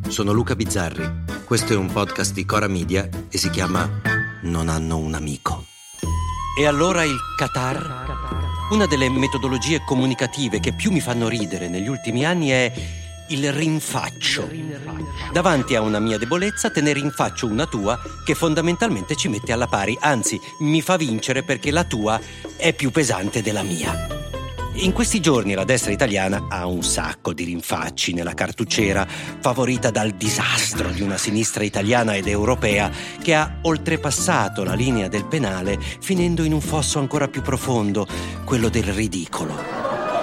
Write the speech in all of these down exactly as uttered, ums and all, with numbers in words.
sono Luca Bizzarri. Questo è un podcast di Cora Media e si chiama Non hanno un amico. E allora il Qatar? Una delle metodologie comunicative che più mi fanno ridere negli ultimi anni è il rinfaccio. Davanti a una mia debolezza te ne rinfaccio una tua che fondamentalmente ci mette alla pari, anzi mi fa vincere perché la tua è più pesante della mia. In questi giorni la destra italiana ha un sacco di rinfacci nella cartucciera, favorita dal disastro di una sinistra italiana ed europea che ha oltrepassato la linea del penale, finendo in un fosso ancora più profondo, quello del ridicolo.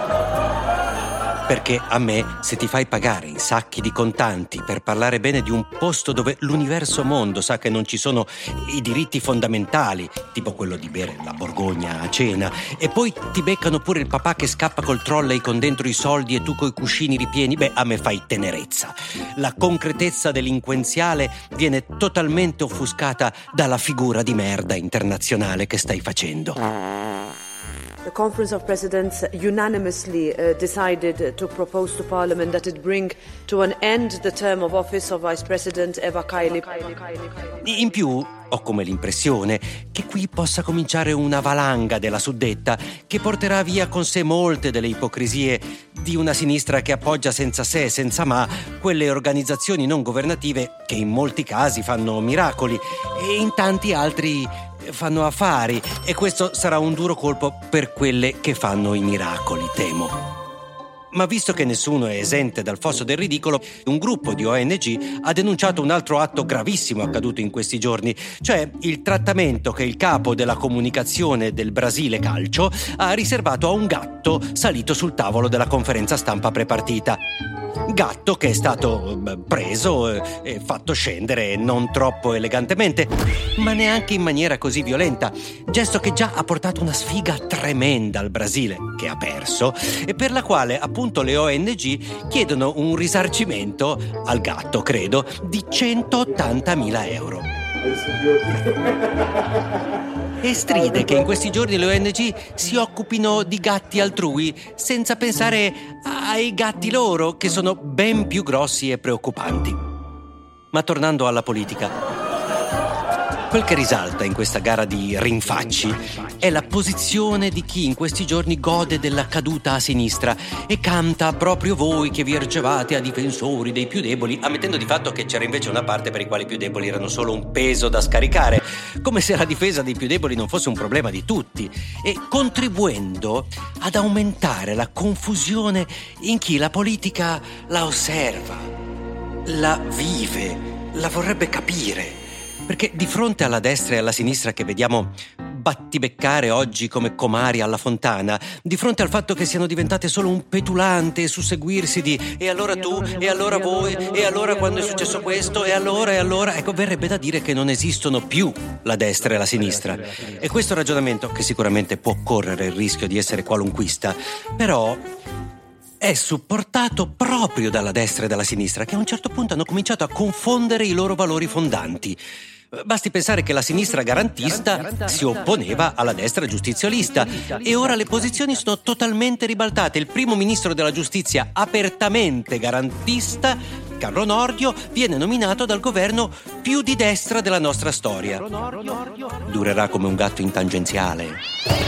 Perché a me, se ti fai pagare in sacchi di contanti per parlare bene di un posto dove l'universo mondo sa che non ci sono i diritti fondamentali, tipo quello di bere la Borgogna a cena, e poi ti beccano pure il papà che scappa col trolley con dentro i soldi e tu coi cuscini ripieni, beh, a me fai tenerezza. La concretezza delinquenziale viene totalmente offuscata dalla figura di merda internazionale che stai facendo. The Conference of Presidents unanimously uh, decided to propose to Parliament that it bring to an end the term of office of Vice President Eva Kaili. In più, ho come l'impressione che qui possa cominciare una valanga della suddetta che porterà via con sé molte delle ipocrisie di una sinistra che appoggia senza se e senza ma quelle organizzazioni non governative che in molti casi fanno miracoli e in tanti altri fanno affari, e questo sarà un duro colpo per quelle che fanno i miracoli, temo. Ma visto che nessuno è esente dal fosso del ridicolo, un gruppo di O N G ha denunciato un altro atto gravissimo accaduto in questi giorni, cioè il trattamento che il capo della comunicazione del Brasile Calcio ha riservato a un gatto salito sul tavolo della conferenza stampa prepartita. Gatto che è stato preso e fatto scendere non troppo elegantemente, ma neanche in maniera così violenta, gesto che già ha portato una sfiga tremenda al Brasile, che ha perso, e per la quale appunto le O N G chiedono un risarcimento al gatto, credo, di centottantamila euro. E stride che in questi giorni le O N G si occupino di gatti altrui senza pensare ai gatti loro, che sono ben più grossi e preoccupanti. Ma tornando alla politica, quel che risalta in questa gara di rinfacci è la posizione di chi in questi giorni gode della caduta a sinistra e canta proprio voi che vi ergevate a difensori dei più deboli, ammettendo di fatto che c'era invece una parte per i quali i più deboli erano solo un peso da scaricare, come se la difesa dei più deboli non fosse un problema di tutti, e contribuendo ad aumentare la confusione in chi la politica la osserva, la vive, la vorrebbe capire. Perché di fronte alla destra e alla sinistra che vediamo battibeccare oggi come comari alla fontana, di fronte al fatto che siano diventate solo un petulante susseguirsi di e allora tu, e allora voi, e allora quando è successo questo, e allora, e allora, ecco, verrebbe da dire che non esistono più la destra e la sinistra. E questo ragionamento, che sicuramente può correre il rischio di essere qualunquista, però è supportato proprio dalla destra e dalla sinistra, che a un certo punto hanno cominciato a confondere i loro valori fondanti. Basti pensare che la sinistra garantista si opponeva alla destra giustizialista e ora le posizioni sono totalmente ribaltate. Il primo ministro della giustizia apertamente garantista, Carlo Nordio, viene nominato dal governo più di destra della nostra storia. Durerà come un gatto in tangenziale.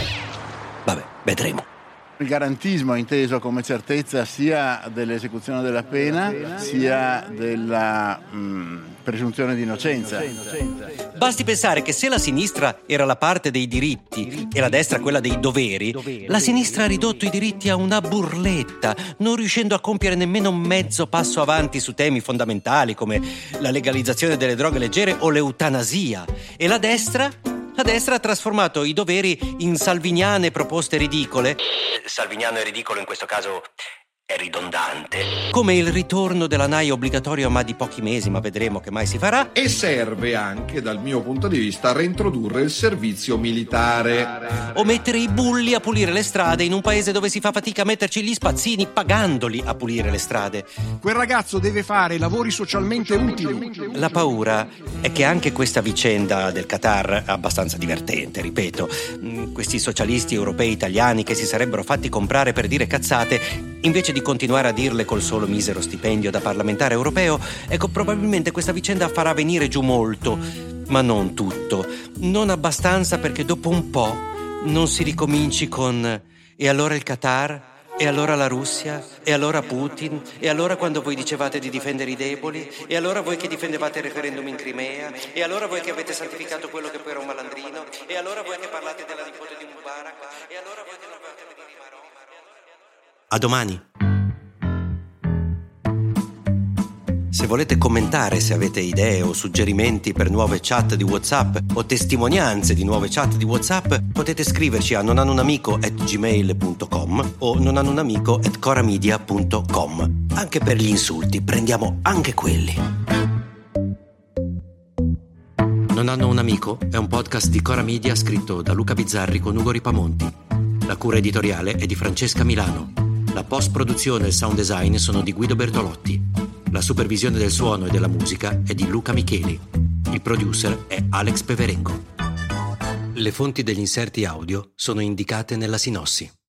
Vabbè, vedremo. Il garantismo è inteso come certezza sia dell'esecuzione della pena sia della mh, presunzione di innocenza. Basti pensare che se la sinistra era la parte dei diritti e la destra quella dei doveri, la sinistra ha ridotto i diritti a una burletta, non riuscendo a compiere nemmeno mezzo passo avanti su temi fondamentali come la legalizzazione delle droghe leggere o l'eutanasia. E la destra? La destra ha trasformato i doveri in salviniane proposte ridicole. Salviniano è ridicolo in questo caso è ridondante. Come il ritorno della N A I obbligatorio ma di pochi mesi, ma vedremo che mai si farà. E serve anche, dal mio punto di vista, reintrodurre il servizio militare. O mettere i bulli a pulire le strade in un paese dove si fa fatica a metterci gli spazzini pagandoli a pulire le strade. Quel ragazzo deve fare lavori socialmente utili. La paura è che anche questa vicenda del Qatar è abbastanza divertente, ripeto. Questi socialisti europei italiani che si sarebbero fatti comprare per dire cazzate Invece di continuare a dirle col solo misero stipendio da parlamentare europeo, ecco, probabilmente questa vicenda farà venire giù molto, ma non tutto. Non abbastanza perché dopo un po' non si ricominci con «e allora il Qatar?» E allora la Russia? E allora Putin? E allora quando voi dicevate di difendere i deboli? E allora voi che difendevate il referendum in Crimea? E allora voi che avete santificato quello che poi era un malandrino? E allora voi che parlate della nipote di Mubarak? E allora voi che non avete venire a Roma? A domani! Se volete commentare, se avete idee o suggerimenti per nuove chat di WhatsApp o testimonianze di nuove chat di WhatsApp, potete scriverci a nonhanunamico at gmail punto com o nonhanunamico at coramedia punto com. Anche per gli insulti, prendiamo anche quelli. Non hanno un amico è un podcast di Cora Media scritto da Luca Bizzarri con Ugo Ripamonti. La cura editoriale è di Francesca Milano. La post-produzione e il sound design sono di Guido Bertolotti. La supervisione del suono e della musica è di Luca Micheli. Il producer è Alex Peverengo. Le fonti degli inserti audio sono indicate nella sinossi.